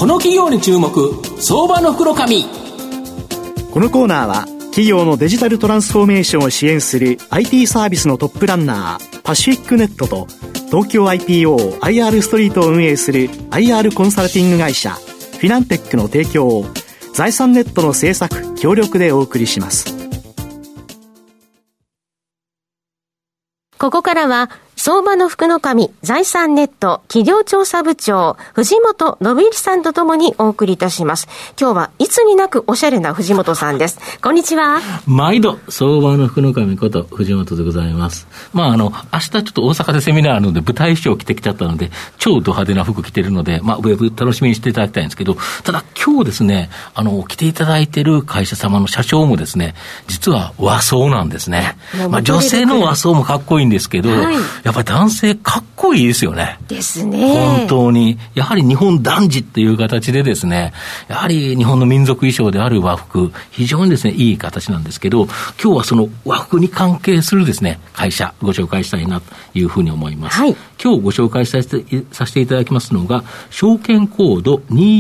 この企業に注目、相場の袋紙。 このコーナーは企業のデジタルトランスフォーメーションを支援する IT サービスのトップランナーパシフィックネットと、東京 IPO IR ストリートを運営する IR コンサルティング会社フィナンテックの提供を財産ネットの制作協力でお送りします。 ここからは相場の福の神財産ネット企業調査部長藤本信之さんとともにお送りいたします。今日はいつになくおしゃれな藤本さんです。こんにちは。 毎度相場の福の神こと藤本でございます。明日ちょっと大阪でセミナーあるので舞台衣装を着てきちゃったので超ド派手な服着てるので、ウェブ楽しみにしていただきたいんですけど、ただ今日ですね、来ていただいている会社様の社長もですね、実は和装なんですね。女性の和装もかっこいいんですけど、はい、やっぱり男性かっこいいですよね。 ですね。 本当にやはり日本男児っていう形でですね、やはり日本の民族衣装である和服、非常にですねいい形なんですけど、今日はその和服に関係するですね会社ご紹介したいなというふうに思います。はい、今日ご紹介させていただきますのが、証券コード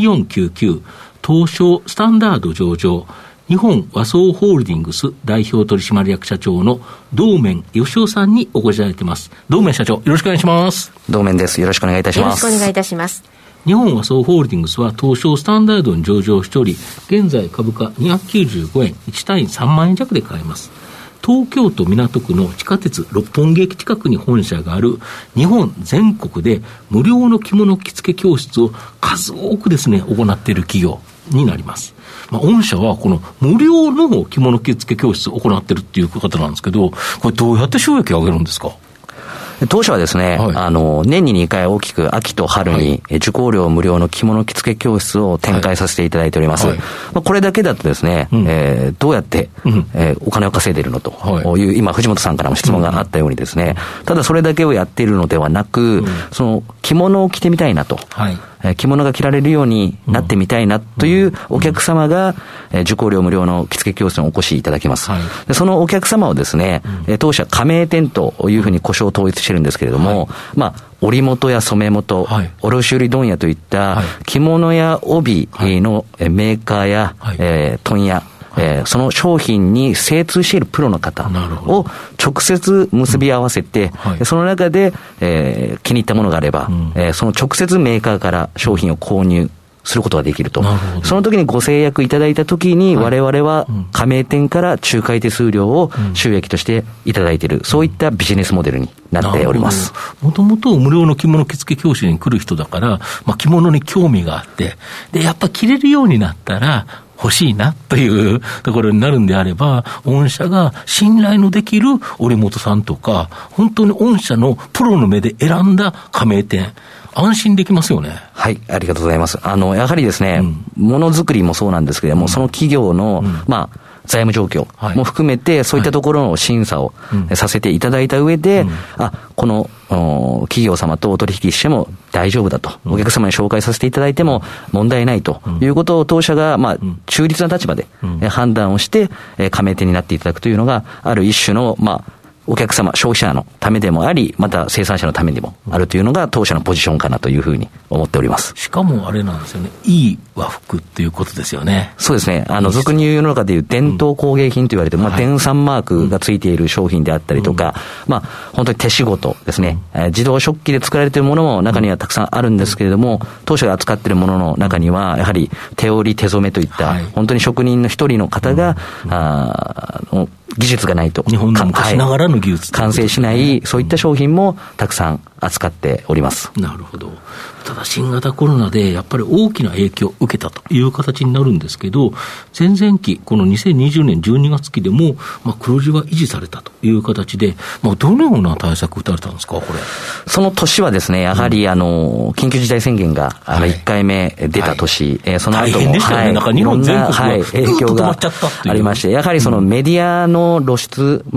2499東証スタンダード上場日本和装ホールディングス代表取締役社長の道面義夫さんにお越しいただいています。道面社長、よろしくお願いします。 道面です。よろしくお願いいたします。 よろしくお願いいたします。 日本和装ホールディングスは東証スタンダードに上場しており、現在株価295円1単位3万円弱で買えます。東京都港区の地下鉄六本木駅近くに本社がある、日本全国で無料の着物着付け教室を数多くですね行っている企業になります。御社はこの無料の着物着付け教室を行っているっていう方なんですけど、これどうやって収益を上げるんですか？ 当社はですね、はい、年に2回大きく秋と春に受講料無料の着物着付け教室を展開させていただいております。はい、これだけだとですね、どうやって、お金を稼いでいるのという、今藤本さんからも質問があったようにですね、ただそれだけをやっているのではなく、その着物を着てみたいなと。はい、着物が着られるようになってみたいなというお客様が、受講料無料の着付け教室にお越しいただきます。はい、でそのお客様をですね、当社加盟店というふうに呼称統一してるんですけれども、織元や染元、卸売問屋といった着物や帯のメーカーや、問屋、その商品に精通しているプロの方を直接結び合わせて、その中で、気に入ったものがあれば、その直接メーカーから商品を購入することができると。その時にご制約いただいた時に、我々は加盟店から仲介手数料を収益としていただいている、そういったビジネスモデルになっております。 もともと無料の着物着付け教室に来る人だから、着物に興味があって、でやっぱ着れるようになったら欲しいなというところになるんであれば、御社が信頼のできる織本さんとか、本当に御社のプロの目で選んだ加盟店、安心できますよね。 はい、ありがとうございます。やはりですね、ものづくりもそうなんですけれども、その企業の、財務状況も含めて、そういったところの審査をさせていただいた上で、この企業様とお取引しても大丈夫だと、お客様に紹介させていただいても問題ないということを当社が中立な立場で判断をして加盟店になっていただくというのが、ある一種のお客様、消費者のためでもあり、また生産者のためでもあるというのが当社のポジションかなというふうに思っております。 しかもあれなんですよね、いい和服っていうことですよね。 そうですね。俗に言う世の中でいう伝統工芸品と言われて、伝産マークがついている商品であったりとか、本当に手仕事ですね。自動食器で作られているものも中にはたくさんあるんですけれども、当社が扱っているものの中には、やはり手織り手染めといった、本当に職人の一人の方が、技術がないと日本の昔ながらの技術、 完成しない、そういった商品もたくさん扱っております。 なるほど。ただ新型コロナでやっぱり大きな影響を受けたという形になるんですけど、前々期この2020年12月期でも、黒字は維持されたという形で、どのような対策打たれたんですか、これ。 その年はですね、やはり緊急事態宣言が1回目出た年、その後も、 大変でしたね。なんか日本全国が影響がありまして、やはりそのメディアの露出、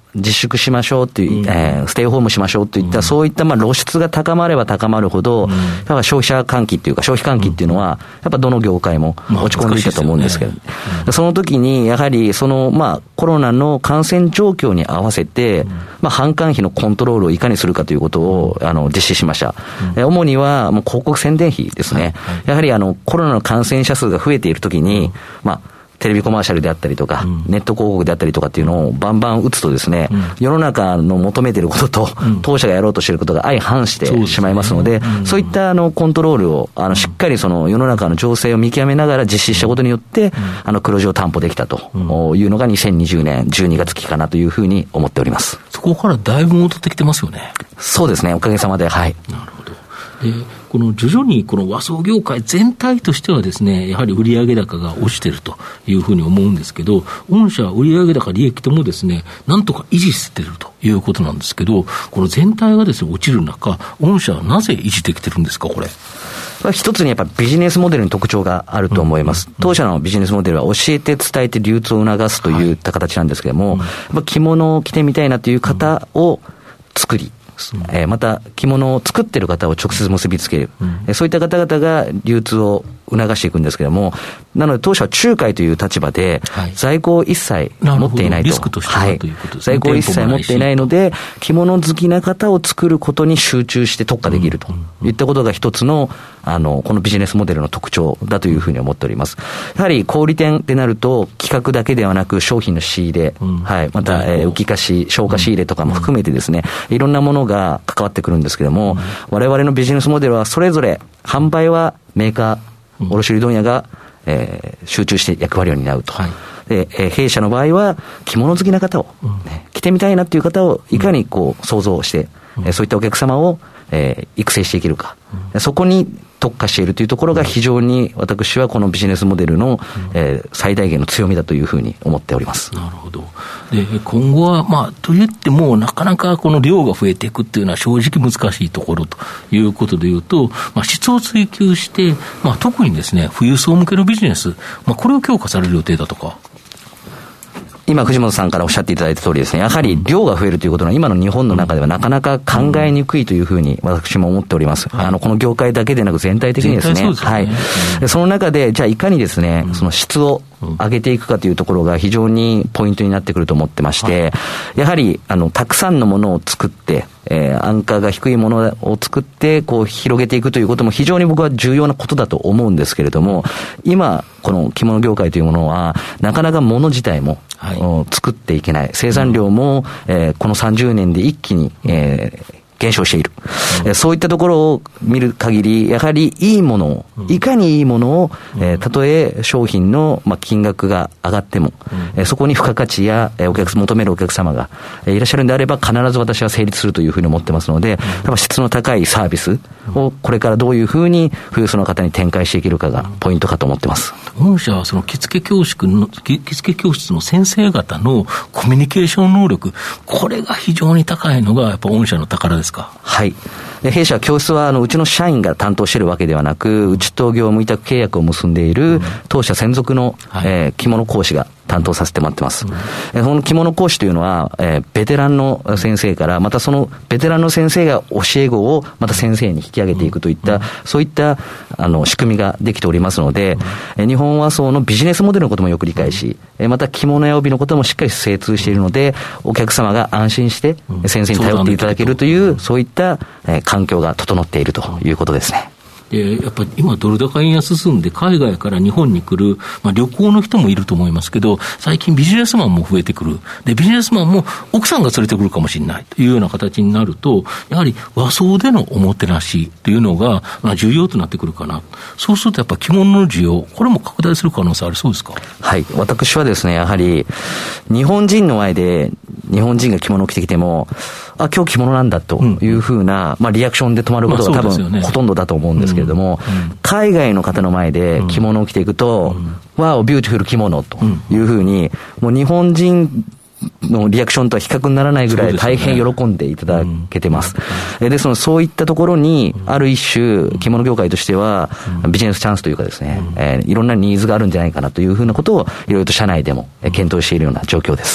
自粛しましょうという、ステイホームしましょうといった、そういった露出が高まれば高まるほど、やっぱ消費者喚起っていうか、消費喚起っていうのは、やっぱどの業界も落ち込んでいたと思うんですけど、その時に、やはりコロナの感染状況に合わせて、販管費のコントロールをいかにするかということを実施しました。主には、もう広告宣伝費ですね。やはりコロナの感染者数が増えている時に、テレビコマーシャルであったりとか、ネット広告であったりとかっていうのをバンバン打つとですね、世の中の求めていることと、当社がやろうとしていることが相反してしまいますので、そういったコントロールを、しっかり世の中の情勢を見極めながら実施したことによって、黒字を担保できたというのが2020年12月期かなというふうに思っております。 そこからだいぶ戻ってきてますよね。 そうですね、おかげさまで。はい。 なるほど。で、この徐々にこの和装業界全体としてはですね、やはり売上高が落ちているというふうに思うんですけど、御社は売上高利益ともですね、なんとか維持しているということなんですけど、この全体がですね、落ちる中、御社はなぜ維持できてるんですか、これ。 一つにやっぱビジネスモデルに特徴があると思います。当社のビジネスモデルは教えて伝えて流通を促すといった形なんですけども、着物を着てみたいなという方を作り、また着物を作っている方を直接結びつける、そういった方々が流通を促していくんですけれども、なので当社は仲介という立場で在庫を一切持っていないと、 リスクとしてはということですね。 在庫を一切持っていないので、着物好きな方を作ることに集中して特化できるといったことが一つのこのビジネスモデルの特徴だというふうに思っております。やはり小売店ってなると企画だけではなく商品の仕入れ、また浮かし消化仕入れとかも含めてですね、いろんなものが関わってくるんですけども、我々のビジネスモデルはそれぞれ販売はメーカー、卸売問屋が、集中して役割を担うと。で、弊社の場合は着物好きな方を、着てみたいなっていう方をいかに想像して、そういったお客様を、育成していけるか、そこに特化しているというところが非常に私はこのビジネスモデルの、最大限の強みだというふうに思っております。 なるほど。で、今後はと言ってもなかなかこの量が増えていくっていうのは正直難しいところということでいうと、質を追求して、特にですね、富裕層向けのビジネス、これを強化される予定だとか。 今藤本さんからおっしゃっていただいた通りですね、やはり量が増えるということは今の日本の中ではなかなか考えにくいというふうに私も思っております。この業界だけでなく全体的にですね、その中でじゃあいかにですね、その質を上げていくかというところが非常にポイントになってくると思ってまして、やはりたくさんのものを作って、安価が低いものを作って広げていくということも非常に僕は重要なことだと思うんですけれども、今この着物業界というものはなかなか物自体も、作っていけない、生産量も、この30年で一気に、減少している、そういったところを見る限り、やはりいいものを、いかにいいものを、たとえ商品の金額が上がっても、そこに付加価値や求めるお客様がいらっしゃるんであれば必ず私は成立するというふうに思ってますので、質の高いサービスをこれからどういうふうに富裕層の方に展開していけるかがポイントかと思ってます。 御社はその着付け教室の先生方のコミュニケーション能力、これが非常に高いのがやっぱ御社の宝ですか。 はい。弊社は教室はうちの社員が担当しているわけではなく、うちと業務委託契約を結んでいる当社専属の、着物講師が担当させてもらってます。その着物講師というのは、ベテランの先生から、またそのベテランの先生が教え子をまた先生に引き上げていくといった、そういった仕組みができておりますので、日本和装のビジネスモデルのこともよく理解し、また着物や帯のこともしっかり精通しているので、お客様が安心して先生に頼っていただけるという、そういった環境が整っているということですね。 やっぱり今ドル高円安進んで海外から日本に来る、旅行の人もいると思いますけど、最近ビジネスマンも増えてくる。で、ビジネスマンも奥さんが連れてくるかもしれないというような形になると、やはり和装でのおもてなしというのが重要となってくるかな。そうするとやっぱ着物の需要、これも拡大する可能性ありそうですか。 はい。私はですね、やはり日本人の前で日本人が着物を着てきても、今日着物なんだというふうな、リアクションで止まることが多分ほとんどだと思うんですけれども、海外の方の前で着物を着ていくと、ワオビューティフル着物というふうに、もう日本人のリアクションとは比較にならないぐらい大変喜んでいただけてます。ですので、そういったところにある一種着物業界としてはビジネスチャンスというかですね、いろんなニーズがあるんじゃないかなというふうなことをいろいろと社内でも検討しているような状況です。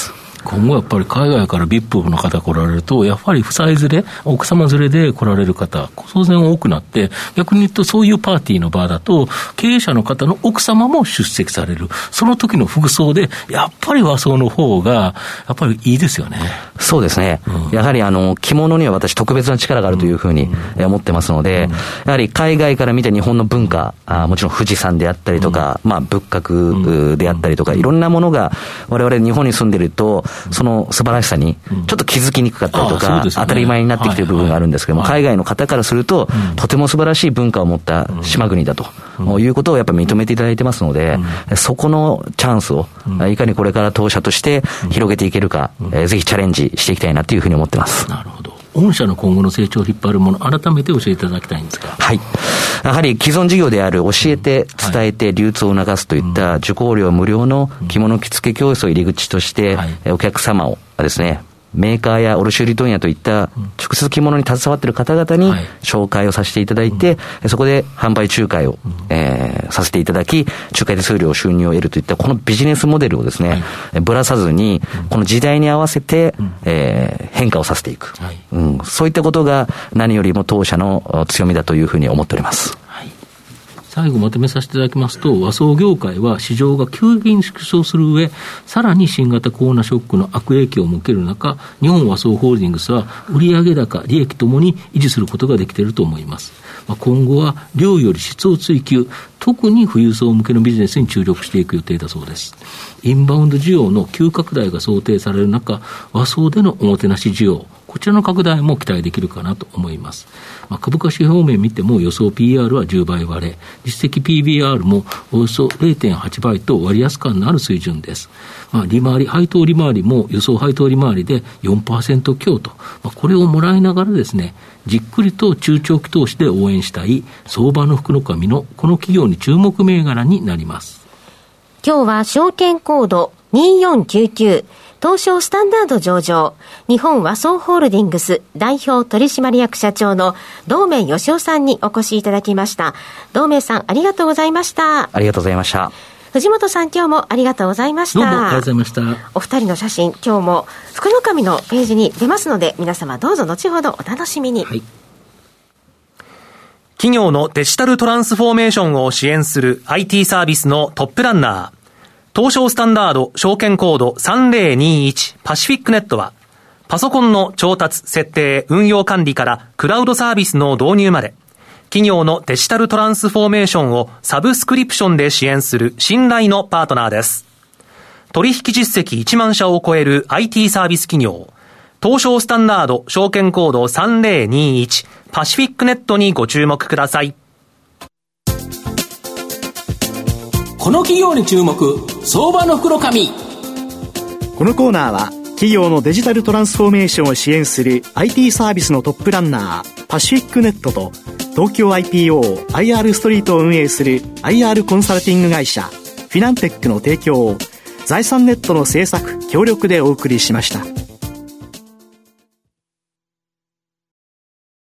今後やっぱり海外から VIP の方来られると、やっぱり夫妻連れ、奥様連れで来られる方、当然多くなって、逆に言うとそういうパーティーの場だと、経営者の方の奥様も出席される。その時の服装で、やっぱり和装の方が、やっぱりいいですよね。 そうですね。やはり着物には私特別な力があるというふうに思ってますので、やはり海外から見て日本の文化、もちろん富士山であったりとか、仏閣であったりとか、いろんなものが我々日本に住んでいると、その素晴らしさにちょっと気づきにくかったりとか、当たり前になってきている部分があるんですけども、海外の方からすると、とても素晴らしい文化を持った島国だということをやっぱり認めていただいてますので、そこのチャンスをいかにこれから当社として広げていけるか、ぜひチャレンジしていきたいなというふうに思ってます。 なるほど。御社の今後の成長を引っ張るもの、改めて教えていただきたいんですか。 はい。やはり既存事業である教えて、伝えて、流通を促すといった受講料無料の着物着付け教室を入り口として、お客様をですね、メーカーや卸売問屋といった直接着物に携わっている方々に紹介をさせていただいて、そこで販売仲介を、させていただき、仲介手数料収入を得るといったこのビジネスモデルをですね、ぶらさずにこの時代に合わせて、変化をさせていく、そういったことが何よりも当社の強みだというふうに思っております。 最後まとめさせていただきますと、和装業界は市場が急激に縮小する上、さらに新型コロナショックの悪影響を受ける中、日本和装ホールディングスは売上高、利益ともに維持することができていると思います。今後は量より質を追求、特に富裕層向けのビジネスに注力していく予定だそうです。インバウンド需要の急拡大が想定される中、和装でのおもてなし需要、こちらの拡大も期待できるかなと思います。株価指標面見ても予想 PR は10倍割れ、実績 PBR もおよそ 0.8 倍と割安感のある水準です。利回り、配当利回りも予想配当利回りで 4% 強と、これをもらいながらですね、じっくりと中長期投資で応援したい相場の福の神のこの企業に注目銘柄になります。 今日は証券コード2499東証スタンダード上場日本和装ホールディングス代表取締役社長の道明義夫さんにお越しいただきました。道明さん、ありがとうございました。 ありがとうございました。 藤本さん、今日もありがとうございました。 どうもありがとうございました。 お二人の写真、今日も福の神のページに出ますので、皆様どうぞ後ほどお楽しみに。 企業のデジタルトランスフォーメーションを支援する IT サービスのトップランナー、東証スタンダード証券コード3021パシフィックネットは、パソコンの調達、設定、運用管理からクラウドサービスの導入まで、企業のデジタルトランスフォーメーションをサブスクリプションで支援する信頼のパートナーです。取引実績1万社を超える IT サービス企業、東証スタンダード証券コード3021パシフィックネットにご注目ください。 この企業に注目、相場の福の神。 このコーナーは企業のデジタルトランスフォーメーションを支援する IT サービスのトップランナーパシフィックネットと、東京 IPO、IR ストリートを運営する IR コンサルティング会社フィナンテックの提供を財産ネットの制作協力でお送りしました。